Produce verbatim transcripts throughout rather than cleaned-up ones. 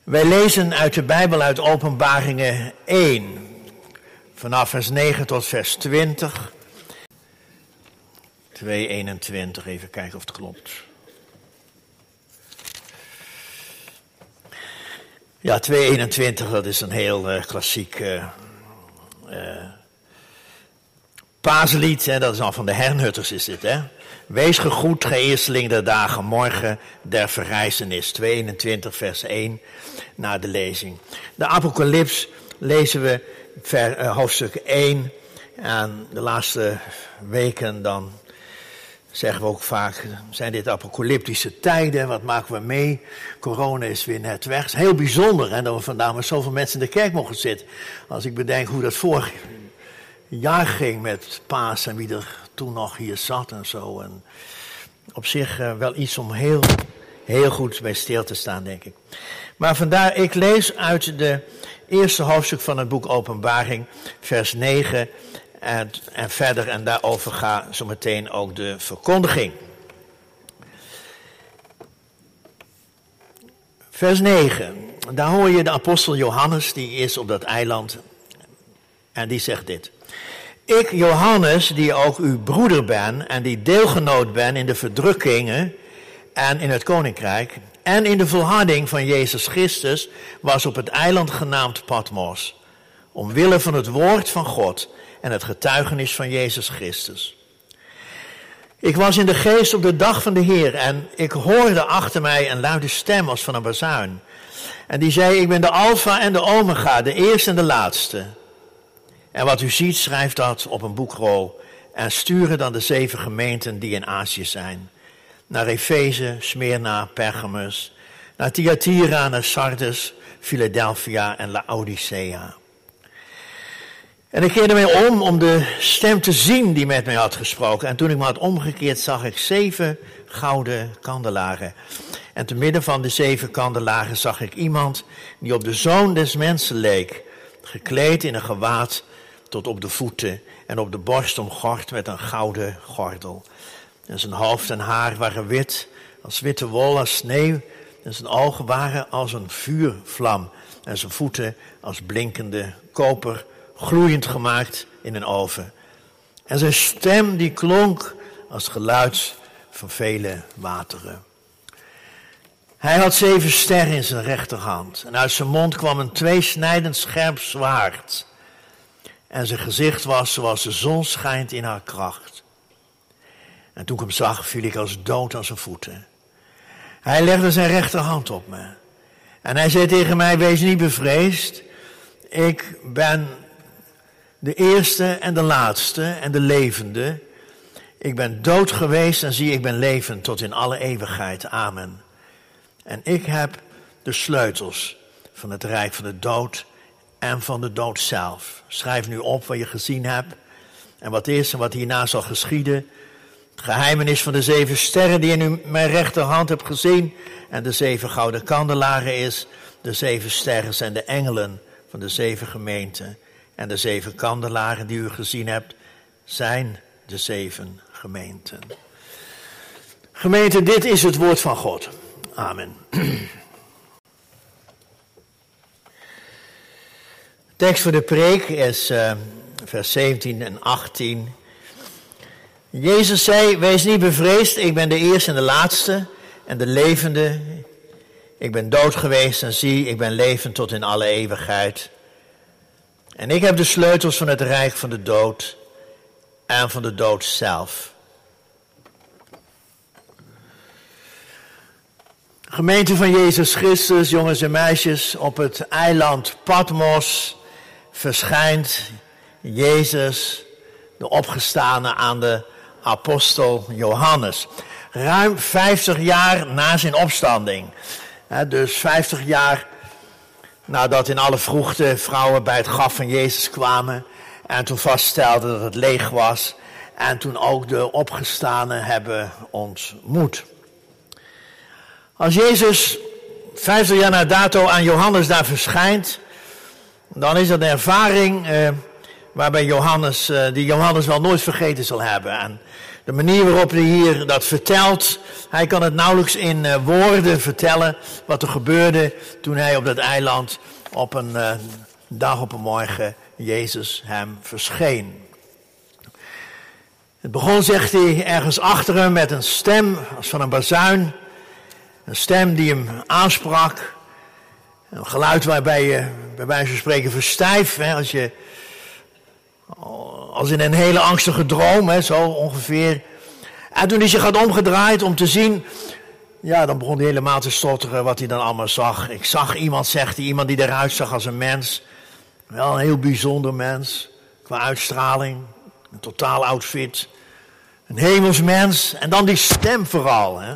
Wij lezen uit de Bijbel uit Openbaringen één, vanaf vers negen tot vers twintig. twee eenentwintig, even kijken of het klopt. Ja, twee eenentwintig, dat is een heel uh, klassiek uh, uh, paaslied, hè? Dat is al van de Hernhutters is dit, hè. Wees gegroet, ge eersteling der dagen, morgen der verrijzenis. twee eenentwintig, vers één, na de lezing. De Apocalyps lezen we ver, uh, hoofdstuk één. En de laatste weken dan zeggen we ook vaak, zijn dit apocalyptische tijden, wat maken we mee? Corona is weer net weg. Het is heel bijzonder hè, dat we vandaag met zoveel mensen in de kerk mogen zitten. Als ik bedenk hoe dat vorig jaar ging met Paas en wie er toen nog hier zat en zo. En op zich uh, wel iets om heel, heel goed bij stil te staan, denk ik. Maar vandaar, ik lees uit de eerste hoofdstuk van het boek Openbaring, vers negen en, en verder. En daarover gaat zo meteen ook de verkondiging. Vers negen, daar hoor je de apostel Johannes, die is op dat eiland. En die zegt dit. Ik, Johannes, die ook uw broeder ben en die deelgenoot ben in de verdrukkingen en in het koninkrijk en in de volharding van Jezus Christus, was op het eiland genaamd Patmos, omwille van het woord van God en het getuigenis van Jezus Christus. Ik was in de geest op de dag van de Heer en ik hoorde achter mij een luide stem als van een bazuin. En die zei, ik ben de Alpha en de Omega, de eerste en de laatste. En wat u ziet, schrijf dat op een boekrol en sturen dan de zeven gemeenten die in Azië zijn. Naar Efeze, Smyrna, Pergamus, naar Thyatira, naar Sardes, Philadelphia en Laodicea. En ik keerde mij om om de stem te zien die met mij had gesproken. En toen ik me had omgekeerd zag ik zeven gouden kandelaren. En te midden van de zeven kandelaren zag ik iemand die op de Zoon des Mensen leek, gekleed in een gewaad tot op de voeten en op de borst omgord met een gouden gordel. En zijn hoofd en haar waren wit, als witte wol, als sneeuw. En zijn ogen waren als een vuurvlam. En zijn voeten als blinkende koper, gloeiend gemaakt in een oven. En zijn stem die klonk als het geluid van vele wateren. Hij had zeven sterren in zijn rechterhand. En uit zijn mond kwam een tweesnijdend scherp zwaard. En zijn gezicht was zoals de zon schijnt in haar kracht. En toen ik hem zag, viel ik als dood aan zijn voeten. Hij legde zijn rechterhand op me. En hij zei tegen mij, wees niet bevreesd. Ik ben de eerste en de laatste en de levende. Ik ben dood geweest en zie, ik ben levend tot in alle eeuwigheid. Amen. En ik heb de sleutels van het rijk van de dood en van de dood zelf. Schrijf nu op wat je gezien hebt en wat is en wat hierna zal geschieden. Het geheimenis van de zeven sterren die in mijn rechterhand hebt gezien en de zeven gouden kandelaren is. De zeven sterren zijn de engelen van de zeven gemeenten. En de zeven kandelaren die u gezien hebt zijn de zeven gemeenten. Gemeente, dit is het woord van God. Amen. De tekst voor de preek is uh, vers zeventien en achttien. Jezus zei, wees niet bevreesd, ik ben de eerste en de laatste en de levende. Ik ben dood geweest en zie, ik ben levend tot in alle eeuwigheid. En ik heb de sleutels van het rijk van de dood en van de dood zelf. Gemeente van Jezus Christus, jongens en meisjes, op het eiland Patmos verschijnt Jezus, de opgestane, aan de apostel Johannes. Ruim vijftig jaar na zijn opstanding. Dus vijftig jaar nadat in alle vroegte vrouwen bij het graf van Jezus kwamen en toen vaststelden dat het leeg was en toen ook de opgestanen hebben ontmoet. Als Jezus vijftig jaar na dato aan Johannes daar verschijnt, dan is dat een ervaring eh, waarbij Johannes, eh, die Johannes wel nooit vergeten zal hebben. En De manier waarop hij hier dat vertelt, hij kan het nauwelijks in uh, woorden vertellen wat er gebeurde toen hij op dat eiland op een uh, dag op een morgen Jezus hem verscheen. Het begon, zegt hij, ergens achter hem met een stem als van een bazuin. Een stem die hem aansprak. Een geluid waarbij je bij wijze van spreken verstijft. Hè, als je, als in een hele angstige droom, hè, zo ongeveer. En toen is hij gaat omgedraaid om te zien. Ja, dan begon hij helemaal te stotteren wat hij dan allemaal zag. Ik zag iemand, zegt hij, iemand die eruit zag als een mens. Wel een heel bijzonder mens. Qua uitstraling. Een totaal outfit. Een hemelsmens. En dan die stem vooral. Hè.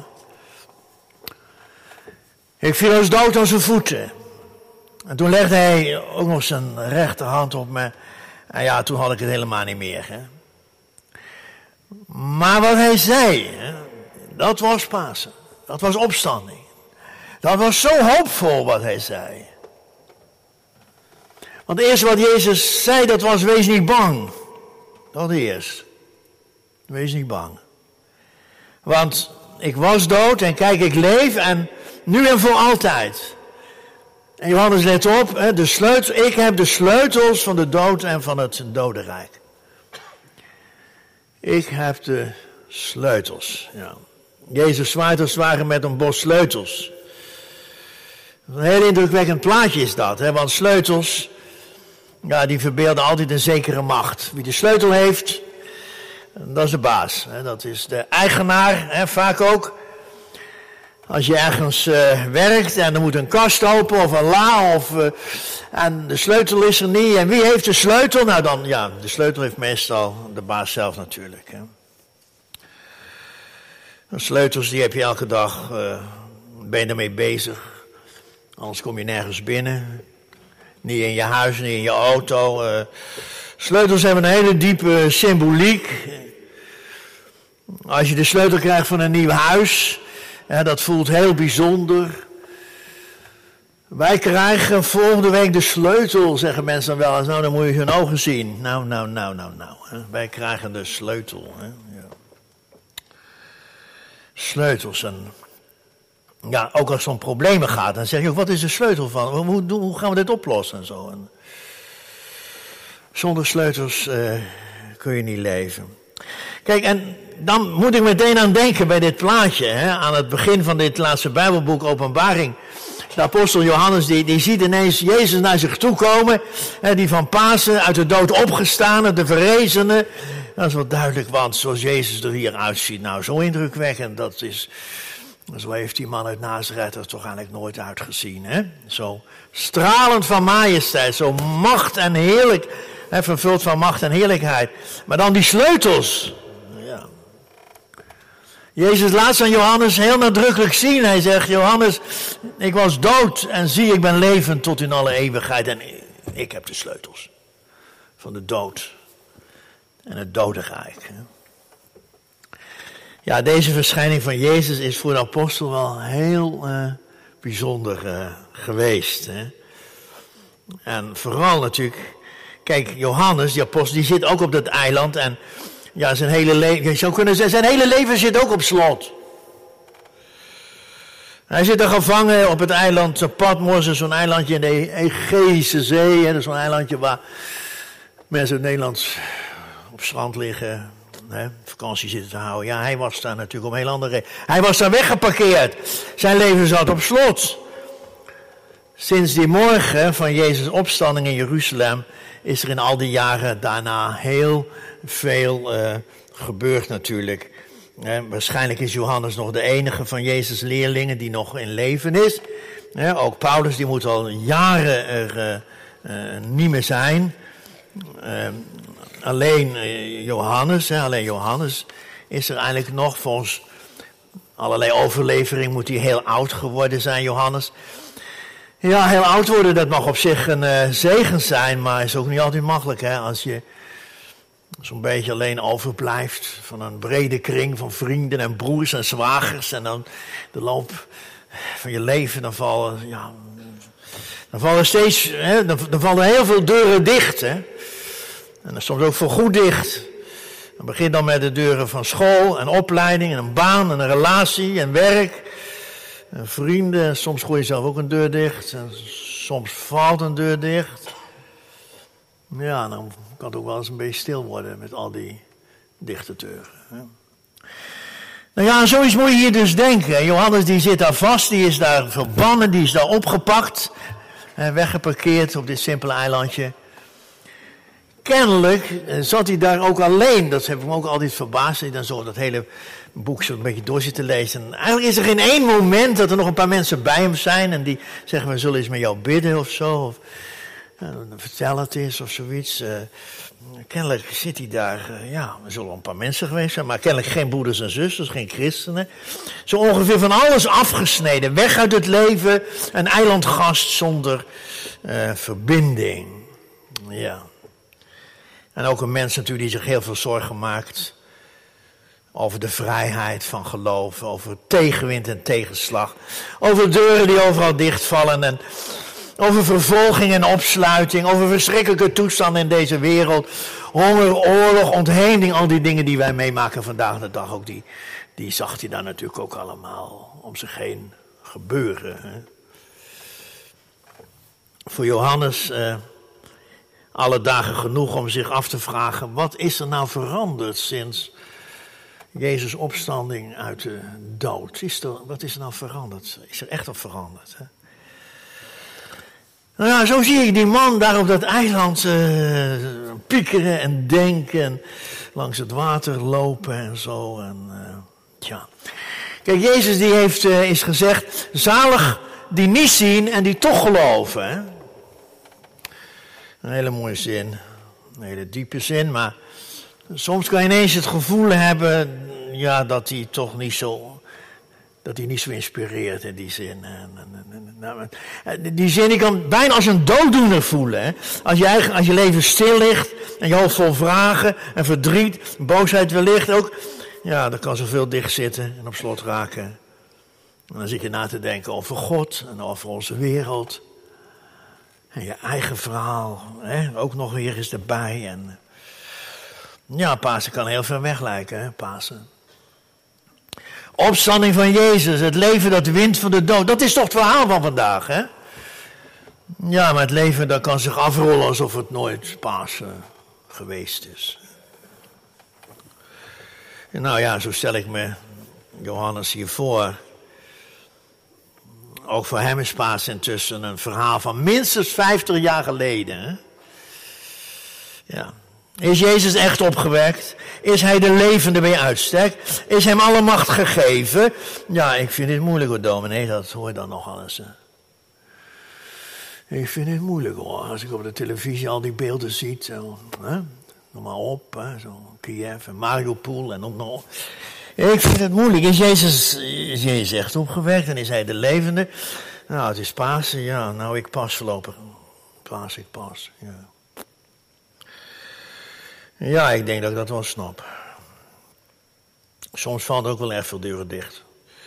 Ik viel als dood aan zijn voeten. En toen legde hij ook nog zijn rechterhand op me. En ja, toen had ik het helemaal niet meer. Hè. Maar wat hij zei, hè, dat was Pasen. Dat was opstanding. Dat was zo hoopvol wat hij zei. Want het eerste wat Jezus zei, dat was: wees niet bang. Dat eerst. Wees niet bang. Want ik was dood en kijk, ik leef en nu en voor altijd. En Johannes, let op, de sleutel, ik heb de sleutels van de dood en van het dodenrijk. Ik heb de sleutels, ja. Jezus zwaait als het ware met een bos sleutels. Een heel indrukwekkend plaatje is dat, hè? Want sleutels, ja, die verbeelden altijd een zekere macht. Wie de sleutel heeft, dat is de baas. Hè? Dat is de eigenaar, hè? Vaak ook. Als je ergens uh, werkt en er moet een kast open of een la of uh, en de sleutel is er niet. En wie heeft de sleutel? Nou dan, ja, de sleutel heeft meestal de baas zelf natuurlijk. Hè. De sleutels die heb je elke dag, uh, ben je ermee bezig. Anders kom je nergens binnen. Niet in je huis, niet in je auto. Uh, sleutels hebben een hele diepe symboliek. Als je de sleutel krijgt van een nieuw huis, ja, dat voelt heel bijzonder. Wij krijgen volgende week de sleutel, zeggen mensen dan wel eens. Nou, dan moet je hun ogen zien. Nou, nou, nou, nou, nou. Hè. Wij krijgen de sleutel. Hè. Ja. Sleutels. En ja, ook als het om problemen gaat, dan zeg je ook, wat is de sleutel van? Hoe, hoe gaan we dit oplossen? En zo. En zonder sleutels uh, kun je niet leven. Kijk, en dan moet ik meteen aan denken bij dit plaatje, hè, aan het begin van dit laatste Bijbelboek, Openbaring. De apostel Johannes, die, die ziet ineens Jezus naar zich toe komen, hè, die van Pasen uit de dood opgestane, de verrezene. Dat is wel duidelijk, want zoals Jezus er hier uitziet, nou zo indrukwekkend, dat is, zo heeft die man uit Nazareth er toch eigenlijk nooit uitgezien. Hè? Zo stralend van majesteit, zo macht en heerlijk, hè, vervuld van macht en heerlijkheid. Maar dan die sleutels. Ja. Jezus laat aan Johannes heel nadrukkelijk zien. Hij zegt, Johannes, ik was dood en zie, ik ben levend tot in alle eeuwigheid. En ik heb de sleutels van de dood en het dodenrijk. Ja, deze verschijning van Jezus is voor de apostel wel heel uh, bijzonder uh, geweest. Hè? En vooral natuurlijk, kijk, Johannes, die apostel, die zit ook op dat eiland en ja, zijn hele leven, je zou kunnen zeggen, zijn hele leven zit ook op slot. Hij zit er gevangen op het eiland Patmos, zo'n eilandje in de Egeïsche Zee, hè, zo'n eilandje waar mensen uit Nederland op strand liggen, hè, vakantie zitten te houden. Ja, hij was daar natuurlijk om heel andere reden. Hij was daar weggeparkeerd. Zijn leven zat op slot. Sinds die morgen van Jezus' opstanding in Jeruzalem is er in al die jaren daarna heel veel uh, gebeurd natuurlijk. Eh, waarschijnlijk is Johannes nog de enige van Jezus' leerlingen die nog in leven is. Eh, ook Paulus, die moet al jaren er uh, uh, niet meer zijn. Uh, alleen uh, Johannes, hè, alleen Johannes is er eigenlijk nog, volgens allerlei overlevering moet hij heel oud geworden zijn, Johannes. Ja, heel oud worden, dat mag op zich een uh, zegen zijn, maar is ook niet altijd makkelijk, hè, als je zo'n beetje alleen overblijft van een brede kring van vrienden en broers en zwagers. En dan de loop van je leven, dan vallen, ja, dan vallen steeds, hè, dan, dan vallen heel veel deuren dicht. Hè. En dan soms ook voor goed dicht. Het begint dan met de deuren van school en opleiding en een baan en een relatie en werk. En vrienden, soms gooi je zelf ook een deur dicht. En soms valt een deur dicht. Ja, dan kan het ook wel eens een beetje stil worden met al die dichte deuren. Hè. Nou ja, zoiets moet je hier dus denken. Johannes die zit daar vast, die is daar verbannen, die is daar opgepakt. En weggeparkeerd op dit simpele eilandje. Kennelijk zat hij daar ook alleen. Dat heeft me ook altijd verbaasd. Dat je dan zo dat hele boek zo een beetje door zit te lezen. En eigenlijk is er geen één moment dat er nog een paar mensen bij hem zijn. En die zeggen, we zullen eens met jou bidden of zo. Of uh, vertel het eens of zoiets. Uh, kennelijk zit hij daar. Uh, ja, er zullen een paar mensen geweest zijn. Maar kennelijk geen broeders en zusters, geen christenen. Zo ongeveer van alles afgesneden. Weg uit het leven. Een eilandgast zonder uh, verbinding. Ja. En ook een mens natuurlijk die zich heel veel zorgen maakt over de vrijheid van geloof, over tegenwind en tegenslag, over deuren die overal dichtvallen en over vervolging en opsluiting, over verschrikkelijke toestanden in deze wereld, honger, oorlog, ontheemding, al die dingen die wij meemaken vandaag de dag, ook die, die zag hij daar natuurlijk ook allemaal om zich heen gebeuren. Hè. Voor Johannes Uh, alle dagen genoeg om zich af te vragen, wat is er nou veranderd sinds Jezus' opstanding uit de dood? Is er, wat is er nou veranderd? Is er echt op veranderd? Hè? Nou ja, zo zie ik die man daar op dat eiland uh, piekeren en denken, en langs het water lopen en zo. En, uh, tja. Kijk, Jezus die heeft uh, is gezegd, zalig die niet zien en die toch geloven, hè? Een hele mooie zin, een hele diepe zin, maar soms kan je ineens het gevoel hebben, ja, dat hij toch niet zo, dat hij niet zo inspireert in die zin. Die zin, die kan bijna als een dooddoener voelen, hè. Als je, eigen, als je leven stil ligt en je hoofd vol vragen en verdriet, boosheid wellicht ook, ja, dan kan zoveel dicht zitten en op slot raken. En dan zit je na te denken over God en over onze wereld. En je eigen verhaal, hè, ook nog weer eens erbij. En ja, Pasen kan heel ver weg lijken, hè, Pasen. Opstanding van Jezus, het leven dat wint van de dood. Dat is toch het verhaal van vandaag, hè? Ja, maar het leven dat kan zich afrollen alsof het nooit Pasen geweest is. En nou ja, zo stel ik me Johannes hier voor. Ook voor hem is Pasen intussen een verhaal van minstens vijftig jaar geleden. Hè? Ja. Is Jezus echt opgewekt? Is hij de levende bij uitstek? Is hem alle macht gegeven? Ja, ik vind dit moeilijk hoor, dominee, dat hoor je dan nog alles. Hè? Ik vind het moeilijk hoor, als ik op de televisie al die beelden zie. Zo, hè? Noem maar op, hè? Zo Kiev en Mariupol en noem maar op. Ik vind het moeilijk. Is Jezus, is Jezus echt opgewekt en is hij de levende? Nou, het is Pasen, ja. Nou, ik pas voorlopig. Pasen, ik pas, ja. Ja, ik denk dat ik dat wel snap. Soms valt er ook wel erg veel deuren dicht.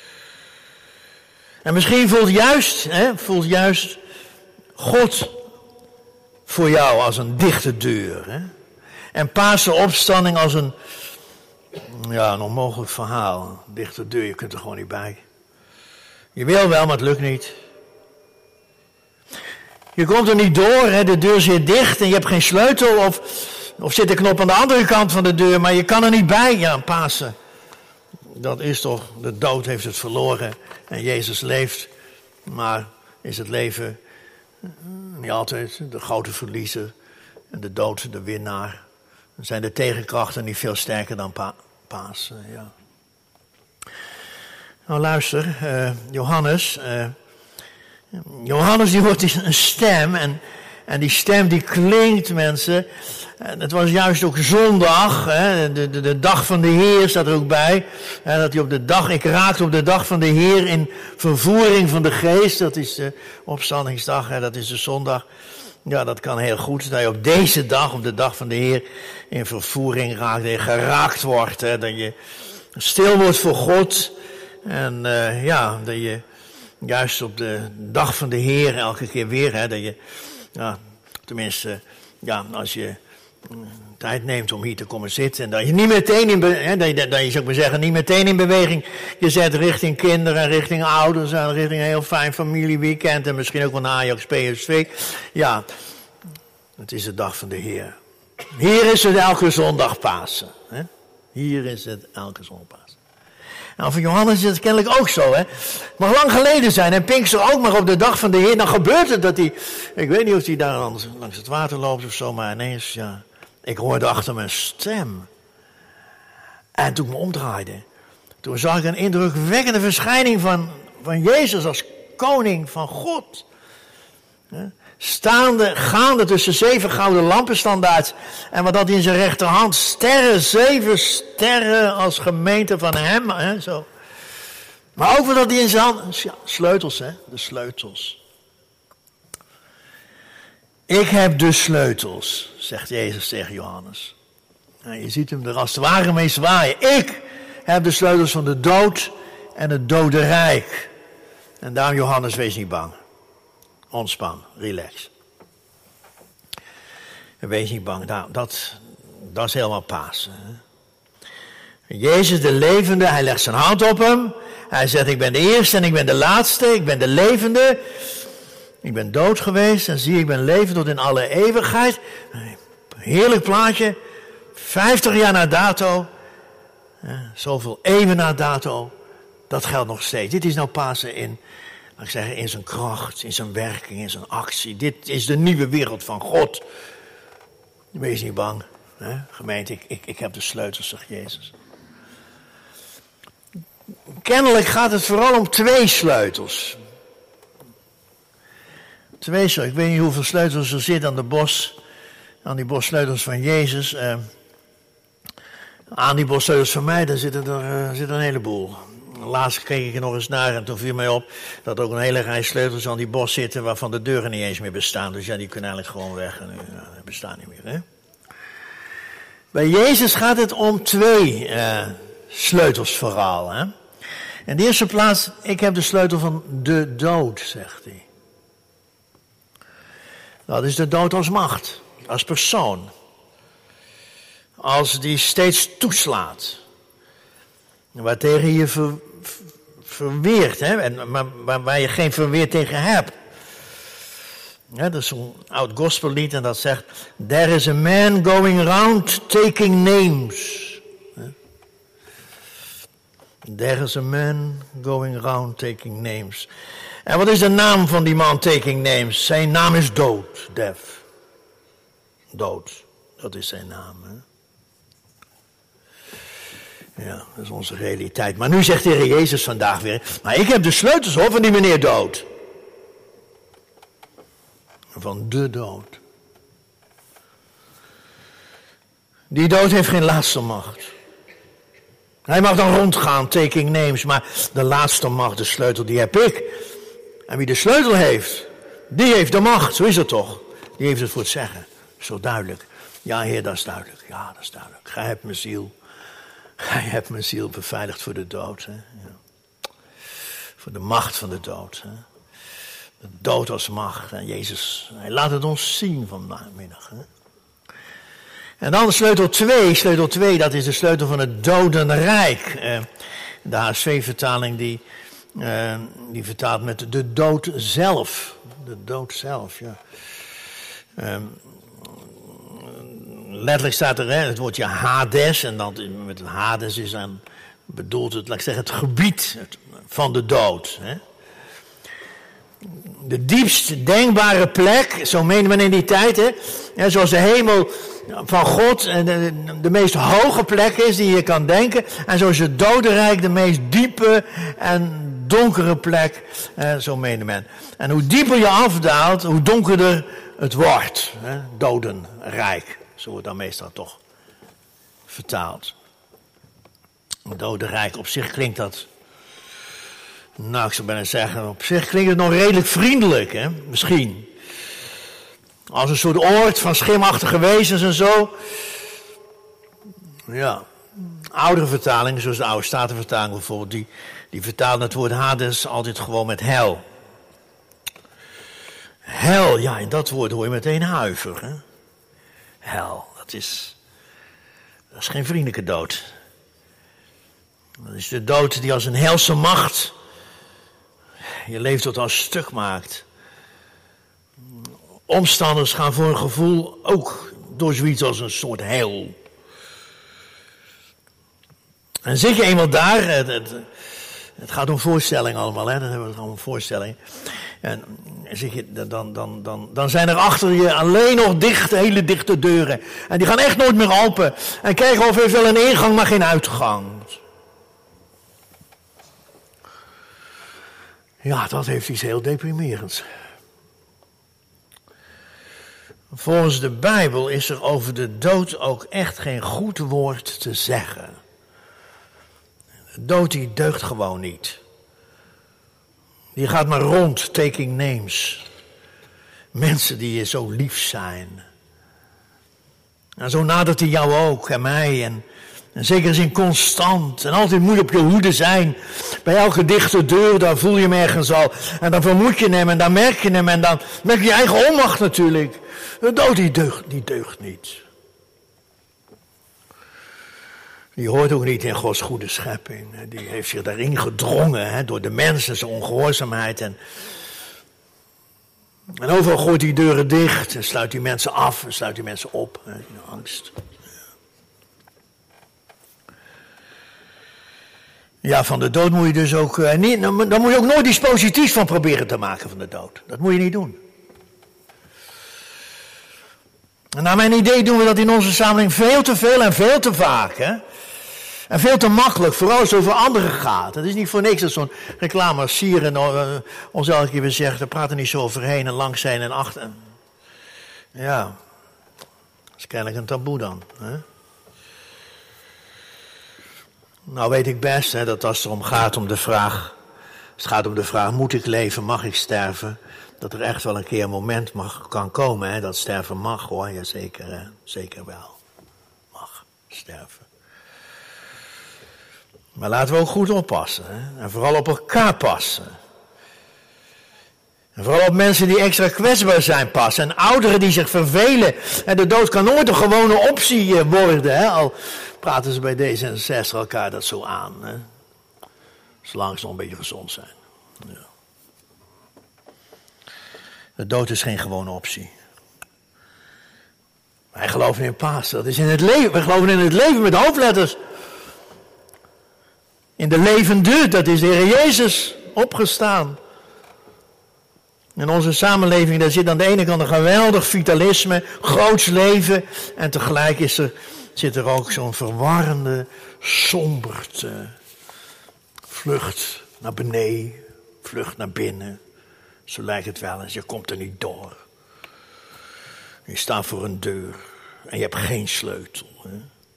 En misschien voelt juist, hè, voelt juist God voor jou als een dichte deur. Hè? En Pasen opstanding als een, ja, een onmogelijk verhaal. Een dichte deur, je kunt er gewoon niet bij. Je wil wel, maar het lukt niet. Je komt er niet door, hè? De deur zit dicht en je hebt geen sleutel. Of, of zit de knop aan de andere kant van de deur, maar je kan er niet bij. Ja, Pasen. Dat is toch, de dood heeft het verloren en Jezus leeft. Maar is het leven niet altijd de grote verliezer en de dood de winnaar. Dan zijn de tegenkrachten niet veel sterker dan pa- Pasen, ja. Nou luister, uh, Johannes. Uh, Johannes die hoort een stem en, en die stem die klinkt, mensen. En het was juist ook zondag, hè, de, de, de dag van de Heer staat er ook bij. Hè, dat hij op de dag, ik raakte op de dag van de Heer in vervoering van de geest. Dat is de opstandingsdag, hè, dat is de zondag. Ja, dat kan heel goed, dat je op deze dag, op de dag van de Heer, in vervoering raakt. Dat je geraakt wordt, hè, dat je stil wordt voor God. En uh, ja, dat je juist op de dag van de Heer elke keer weer, hè, dat je, ja, tenminste, ja, als je tijd neemt om hier te komen zitten. En dat je niet meteen in, be- hè, dat, je, dat je zou ik maar zeggen, niet meteen in beweging je zet richting kinderen, richting ouders, en richting een heel fijn familieweekend en misschien ook wel naar Ajax P S V. Ja, het is de dag van de Heer. Hier is het elke zondag Pasen. Hè? Hier is het elke zondag Pasen. Nou, voor Johannes is het kennelijk ook zo. Hè? Het mag lang geleden zijn en Pinkster ook, maar op de dag van de Heer, dan gebeurt het dat hij, ik weet niet of hij daar langs, langs het water loopt of zo, maar ineens, ja, ik hoorde achter mijn stem. En toen ik me omdraaide, toen zag ik een indrukwekkende verschijning van, van Jezus als koning van God. Staande, gaande tussen zeven gouden lampenstandaards. En wat had hij in zijn rechterhand? Sterren, zeven sterren als gemeente van hem. Hè, zo. Maar ook wat had hij in zijn hand? Ja, sleutels, hè? De sleutels. Ik heb de sleutels, zegt Jezus tegen Johannes. Nou, je ziet hem er als het ware mee zwaaien. Ik heb de sleutels van de dood en het dodenrijk. En daarom, Johannes, wees niet bang. Ontspan, relax. Wees niet bang, nou, dat, dat is helemaal Pasen. Hè? Jezus de levende, hij legt zijn hand op hem. Hij zegt, ik ben de eerste en ik ben de laatste, ik ben de levende. Ik ben dood geweest en zie, ik ben levend tot in alle eeuwigheid. Heerlijk plaatje, vijftig jaar na dato. Ja, zoveel eeuwen na dato, dat geldt nog steeds. Dit is nou Pasen in... Laat ik zeggen, in zijn kracht, in zijn werking, in zijn actie. Dit is de nieuwe wereld van God. Wees niet bang, hè? Gemeente, ik, ik, ik heb de sleutels, zegt Jezus. Kennelijk gaat het vooral om twee sleutels. Twee sleutels. Ik weet niet hoeveel sleutels er zitten aan de bos, aan die bossleutels van Jezus. Uh, aan die bossleutels van mij, daar zitten er uh, zit een heleboel. Laatst keek ik er nog eens naar en toen viel mij op dat ook een hele rij sleutels aan die bos zitten waarvan de deuren niet eens meer bestaan. Dus ja, die kunnen eigenlijk gewoon weg en nou, die bestaan niet meer. Hè? Bij Jezus gaat het om twee uh, sleutels vooral. Hè? In de eerste plaats, ik heb de sleutel van de dood, zegt hij. Dat is de dood als macht, als persoon. Als die steeds toeslaat. Waartegen je ver, ver, verweert, hè? En, maar waar, waar je geen verweer tegen hebt. Ja, dat is zo'n oud gospellied en dat zegt... There is a man going round taking names. There is a man going round taking names. En wat is de naam van die man taking names? Zijn naam is dood, death. Dood, dat is zijn naam, hè? Ja, dat is onze realiteit. Maar nu zegt de Heer Jezus vandaag weer... Maar ik heb de sleutels hoor van die meneer dood. Van de dood. Die dood heeft geen laatste macht. Hij mag dan rondgaan, taking names. Maar de laatste macht, de sleutel, die heb ik. En wie de sleutel heeft, die heeft de macht. Zo is het toch? Die heeft het voor het zeggen. Zo duidelijk. Ja, Heer, dat is duidelijk. Ja, dat is duidelijk. Gij hebt mijn ziel... Gij hebt mijn ziel beveiligd voor de dood. Hè? Ja. Voor de macht van de dood. Hè? De dood als macht. En Jezus, hij laat het ons zien vanmiddag. Hè? En dan sleutel twee. Sleutel twee, dat is de sleutel van het dodenrijk. Eh, de H S V-vertaling die, eh, die vertaalt met de dood zelf. De dood zelf, ja. Eh, Letterlijk staat er hè, het woordje Hades, en dan met Hades is dan bedoeld het, laat ik zeggen, het gebied van de dood. Hè. De diepst denkbare plek, zo meende men in die tijd, hè, hè, zoals de hemel van God de, de, de meest hoge plek is die je kan denken, en zoals het dodenrijk de meest diepe en donkere plek, hè, zo meende men. En hoe dieper je afdaalt, hoe donkerder het wordt, hè, dodenrijk. Zo wordt dan meestal toch vertaald. Het dodenrijk, op zich klinkt dat... Nou, ik zou bijna zeggen, op zich klinkt het nog redelijk vriendelijk, hè? Misschien. Als een soort oord van schimachtige wezens en zo. Ja. Oudere vertalingen, zoals de Oude Statenvertaling bijvoorbeeld, die, die vertalen het woord Hades altijd gewoon met hel. Hel, ja, in dat woord hoor je meteen huiver, hè? Hel, dat Dat is, dat is geen vriendelijke dood. Dat is de dood die als een helse macht je leven tot een stuk maakt. Omstanders gaan voor een gevoel ook door zoiets als een soort hel. En zit je eenmaal daar, het, het, het gaat om voorstellingen allemaal, hè? Dat hebben we allemaal voorstellingen. En zit je, dan, dan, dan, dan zijn er achter je alleen nog dichte, hele dichte deuren. En die gaan echt nooit meer open. En Kerkhof heeft wel een ingang, maar geen uitgang. Ja, dat heeft iets heel deprimerends. Volgens de Bijbel is er over de dood ook echt geen goed woord te zeggen. De dood die deugt gewoon niet. Die gaat maar rond, taking names. Mensen die je zo lief zijn. En zo nadert hij jou ook en mij. En, en zeker zin constant. En altijd moet je op je hoede zijn. Bij elke dichte deur, daar voel je hem ergens al. En dan vermoed je hem en dan merk je hem. En dan merk je je eigen onmacht natuurlijk. De dood die deugt, die deugt niet. Die hoort ook niet in Gods goede schepping. Die heeft zich daarin gedrongen hè, door de mensen, zijn ongehoorzaamheid. En, en overal gooit die deuren dicht en sluit die mensen af en sluit die mensen op. Hè, in angst. Ja, van de dood moet je dus ook uh, niet, dan moet je ook nooit iets positiefs van proberen te maken van de dood. Dat moet je niet doen. En naar mijn idee doen we dat in onze samenleving veel te veel en veel te vaak. Hè? En veel te makkelijk, vooral als het over anderen gaat. Het is niet voor niks dat zo'n reclame als Sieren uh, ons elke keer weer zegt, we praten niet zo overheen en langs zijn en achter. Ja, dat is kennelijk een taboe dan. Hè? Nou weet ik best hè, dat als het erom gaat om de vraag, als het gaat om de vraag, moet ik leven, mag ik sterven? Dat er echt wel een keer een moment mag, kan komen, hè, dat sterven mag hoor, ja zeker, hè, zeker wel. Mag sterven. Maar laten we ook goed oppassen, hè, en vooral op elkaar passen. En vooral op mensen die extra kwetsbaar zijn passen, en ouderen die zich vervelen. En de dood kan nooit een gewone optie worden, hè, al praten ze bij D zesenzestig elkaar dat zo aan, hè. Zolang ze nog een beetje gezond zijn. Ja. De dood is geen gewone optie. Wij geloven in Pasen. Dat is in het leven. We geloven in het leven met hoofdletters. In de levende, dat is de Heer Jezus opgestaan. In onze samenleving, daar zit aan de ene kant een geweldig vitalisme, groots leven. En tegelijk is er, zit er ook zo'n verwarrende, somberte. Vlucht naar beneden, vlucht naar binnen. Zo lijkt het wel eens, je komt er niet door. Je staat voor een deur en je hebt geen sleutel. Hè?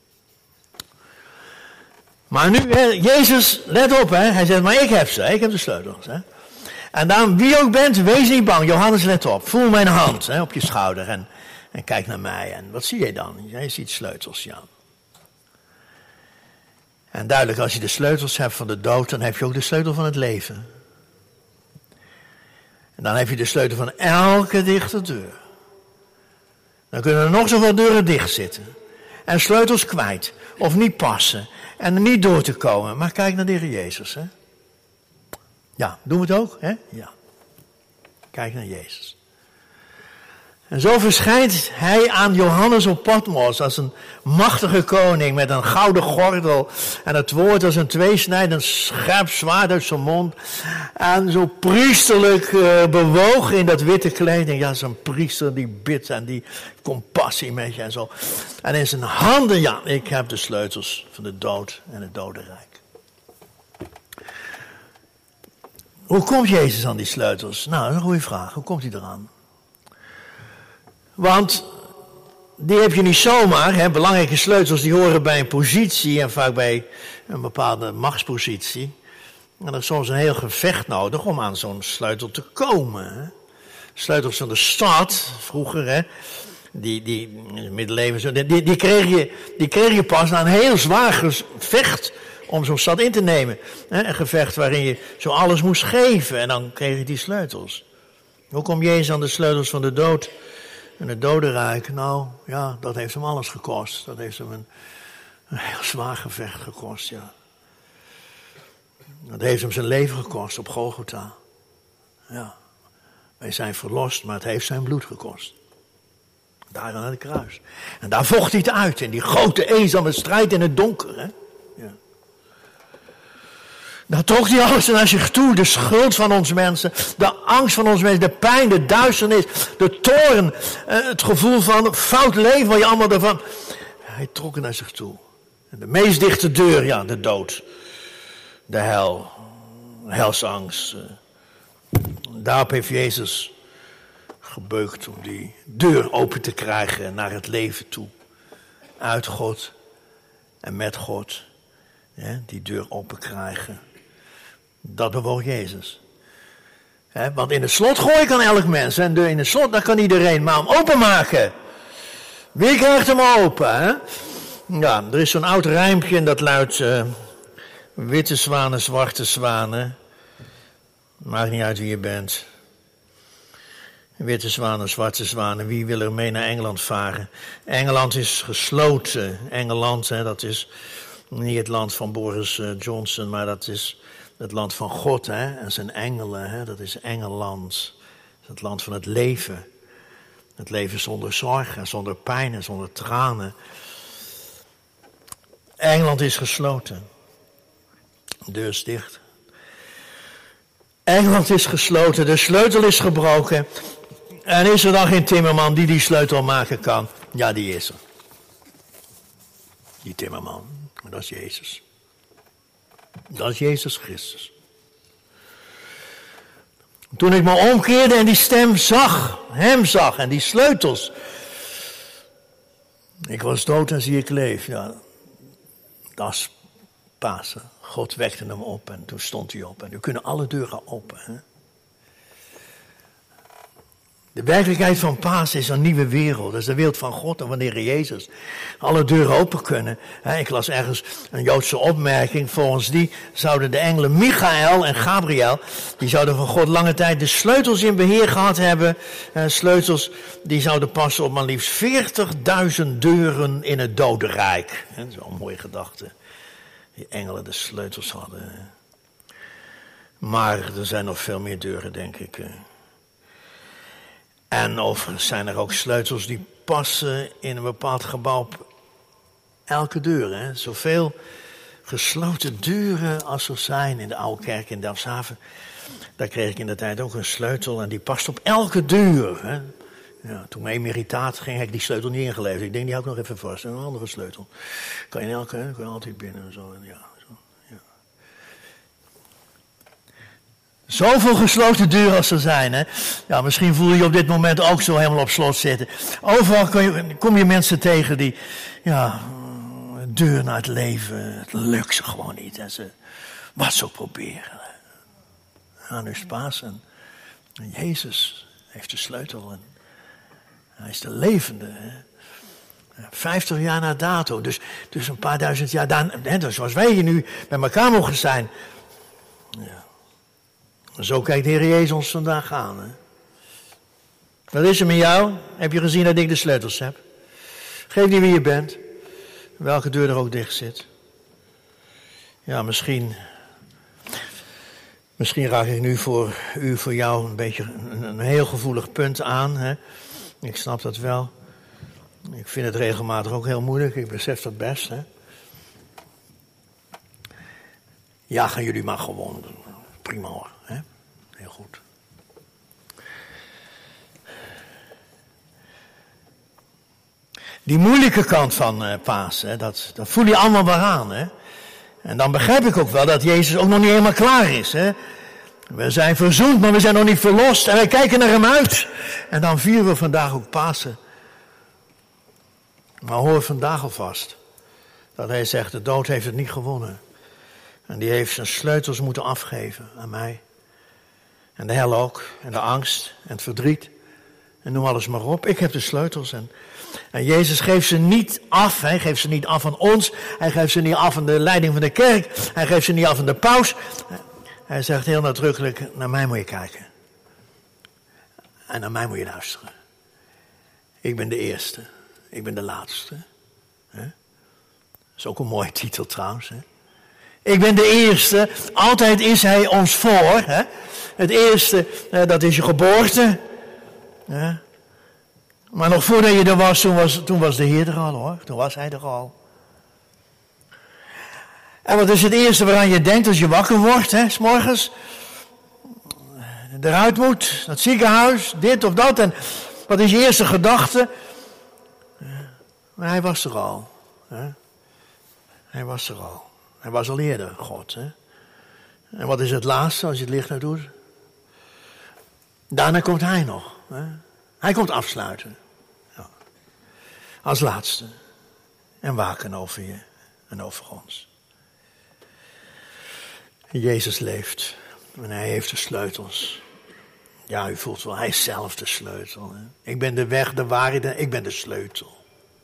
Maar nu, hè, Jezus, let op, hè, hij zegt, maar ik heb ze, ik heb de sleutels. Hè? En dan, wie ook bent, wees niet bang. Johannes, let op, voel mijn hand hè, op je schouder en, en kijk naar mij. En wat zie je dan? Jij ziet sleutels, ja. En duidelijk, als je de sleutels hebt van de dood, dan heb je ook de sleutel van het leven. En dan heb je de sleutel van elke dichte deur. Dan kunnen er nog zoveel deuren dicht zitten. En sleutels kwijt. Of niet passen. En er niet door te komen. Maar kijk naar de Heer Jezus. Hè? Ja, doen we het ook? Hè? Ja. Kijk naar Jezus. En zo verschijnt hij aan Johannes op Patmos als een machtige koning met een gouden gordel en het woord als een tweesnijdend scherp zwaard uit zijn mond. En zo priesterlijk uh, bewogen in dat witte kleding. Ja, zo'n priester die bidt en die compassie met je en zo. En in zijn handen, ja, ik heb de sleutels van de dood en het dodenrijk. Hoe komt Jezus aan die sleutels? Nou, dat is een goede vraag. Hoe komt hij eraan? Want die heb je niet zomaar. Hè. Belangrijke sleutels die horen bij een positie en vaak bij een bepaalde machtspositie. En er is soms een heel gevecht nodig om aan zo'n sleutel te komen. Hè. Sleutels van de stad, vroeger, hè, die, die in het middeleeuwen, die, die, kreeg je, die kreeg je pas na een heel zwaar gevecht om zo'n stad in te nemen. Hè. Een gevecht waarin je zo alles moest geven en dan kreeg je die sleutels. Hoe komt Jezus aan de sleutels van de dood in het dodenrijk, nou ja, dat heeft hem alles gekost. Dat heeft hem een, een heel zwaar gevecht gekost, ja. Dat heeft hem zijn leven gekost op Golgotha. Ja, wij zijn verlost, maar het heeft zijn bloed gekost. Daar aan het kruis. En daar vocht hij het uit, in die grote eenzame strijd in het donker, hè. Ja. Daar trok hij alles naar zich toe. De schuld van ons mensen. De angst van ons mensen. De pijn, de duisternis. De toorn. Het gevoel van fout leven. Wat je allemaal daarvan. Hij trok het naar zich toe. En de meest dichte deur. Ja, de dood. De hel. Helsangst. Daarop heeft Jezus gebeukt om die deur open te krijgen naar het leven toe. Uit God. En met God. Ja, die deur open krijgen. Dat bewoog Jezus. He, want in het slot gooien kan elk mens. En in het slot, daar kan iedereen. Maar om openmaken. Wie krijgt hem open? Hè? Ja, er is zo'n oud rijmpje en dat luidt. Uh, witte zwanen, zwarte zwanen. Maakt niet uit wie je bent. Witte zwanen, zwarte zwanen. Wie wil er mee naar Engeland varen? Engeland is gesloten. Engeland, hè, dat is niet het land van Boris uh, Johnson, maar dat is het land van God, hè, en zijn engelen, hè, dat is Engeland. Dat is het land van het leven. Het leven zonder zorgen, zonder pijn en zonder tranen. Engeland is gesloten. De deur is dicht. Engeland is gesloten, de sleutel is gebroken. En is er dan geen timmerman die die sleutel maken kan? Ja, die is er. Die timmerman, dat is Jezus. Dat is Jezus Christus. Toen ik me omkeerde en die stem zag, hem zag en die sleutels. Ik was dood en zie ik leef. Ja, dat is Pasen. God wekte hem op en toen stond hij op. En nu kunnen alle deuren open. Hè? De werkelijkheid van Pasen is een nieuwe wereld. Dat is de wereld van God en van de Heer Jezus. Alle deuren open kunnen. Ik las ergens een Joodse opmerking. Volgens die zouden de engelen Michael en Gabriel, die zouden van God lange tijd de sleutels in beheer gehad hebben. Sleutels die zouden passen op maar liefst veertigduizend deuren in het dodenrijk. Dat is wel een mooie gedachte. Die engelen de sleutels hadden. Maar er zijn nog veel meer deuren, denk ik. En overigens zijn er ook sleutels die passen in een bepaald gebouw op elke deur. Hè? Zoveel gesloten deuren als er zijn in de oude kerk in Delfshaven. Daar kreeg ik in de tijd ook een sleutel en die past op elke deur. Hè? Ja, toen mijn emeritaat ging, heb ik die sleutel niet ingeleverd. Ik denk, die hou ik nog even vast. Een andere sleutel. Kan je in elke, hè? Kan je altijd binnen. En zo, en ja. Zoveel gesloten deuren als er zijn. Hè? Ja, misschien voel je je op dit moment ook zo helemaal op slot zitten. Overal kom je, kom je mensen tegen die, ja, deur naar het leven, het lukt ze gewoon niet. En ze, wat ze ook proberen. Ja, nu is Pasen. En Jezus heeft de sleutel. En hij is de levende. Hè? Vijftig jaar na dato. Dus, dus een paar duizend jaar daarna. Zoals wij hier nu bij elkaar mogen zijn. Ja. Zo kijkt de Heer Jezus ons vandaag aan. Hè? Wat is er met jou? Heb je gezien dat ik de sleutels heb? Geef niet wie je bent. Welke deur er ook dicht zit. Ja, misschien... Misschien raak ik nu voor u, voor jou een beetje een, een heel gevoelig punt aan. Hè? Ik snap dat wel. Ik vind het regelmatig ook heel moeilijk. Ik besef dat best. Hè? Ja, gaan jullie maar gewoon doen. Prima hoor. Hè? Heel goed. Die moeilijke kant van uh, Pasen, hè, dat, dat voel je allemaal wel aan. Hè? En dan begrijp ik ook wel dat Jezus ook nog niet helemaal klaar is. Hè? We zijn verzoend, maar we zijn nog niet verlost. En wij kijken naar hem uit. En dan vieren we vandaag ook Pasen. Maar hoor vandaag alvast dat hij zegt, de dood heeft het niet gewonnen. En die heeft zijn sleutels moeten afgeven aan mij. En de hel ook. En de angst en het verdriet. En noem alles maar op. Ik heb de sleutels. En, en Jezus geeft ze niet af. Hij geeft ze niet af aan ons. Hij geeft ze niet af aan de leiding van de kerk. Hij geeft ze niet af aan de paus. Hij zegt heel nadrukkelijk, naar mij moet je kijken. En naar mij moet je luisteren. Ik ben de eerste. Ik ben de laatste. Dat is ook een mooie titel trouwens. Hè? Ik ben de eerste. Altijd is hij ons voor. Hè? Het eerste, dat is je geboorte. Ja. Maar nog voordat je er was toen, was, toen was de Heer er al hoor. Toen was hij er al. En wat is het eerste waaraan je denkt als je wakker wordt, hè, 's morgens? Eruit moet, dat ziekenhuis, dit of dat. En wat is je eerste gedachte? Maar hij was er al. Hè? Hij was er al. Hij was al eerder, God. Hè? En wat is het laatste als je het licht uit doet? Daarna komt hij nog. Hè? Hij komt afsluiten. Ja. Als laatste. En waken over je en over ons. Jezus leeft. En hij heeft de sleutels. Ja, u voelt wel, hij is zelf de sleutel. Hè? Ik ben de weg, de waarheid, ik ben de sleutel.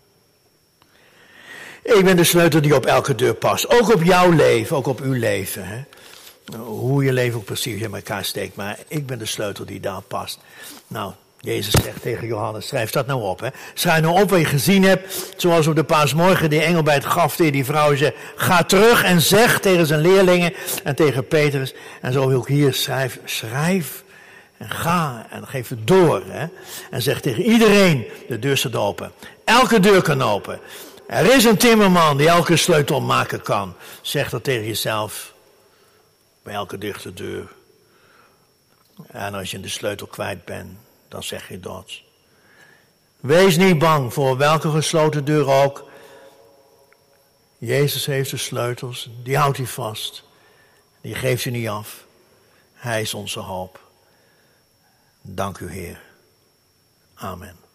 Ik ben de sleutel die op elke deur past. Ook op jouw leven, ook op uw leven. Hè? Hoe je leven ook precies in elkaar steekt. Maar ik ben de sleutel die daar past. Nou, Jezus zegt tegen Johannes, schrijf dat nou op. Hè? Schrijf nou op wat je gezien hebt. Zoals op de paasmorgen die engel bij het graf deed. Die vrouw zei, ga terug en zeg tegen zijn leerlingen en tegen Petrus. En zo wil ik hier schrijf, schrijf en ga en geef het door. Hè? En zeg tegen iedereen, de deur staat open. Elke deur kan open. Er is een timmerman die elke sleutel maken kan. Zeg dat tegen jezelf. Bij elke dichte deur. En als je de sleutel kwijt bent, dan zeg je dat. Wees niet bang voor welke gesloten deur ook. Jezus heeft de sleutels, die houdt hij vast. Die geeft hij niet af. Hij is onze hoop. Dank u, Heer. Amen.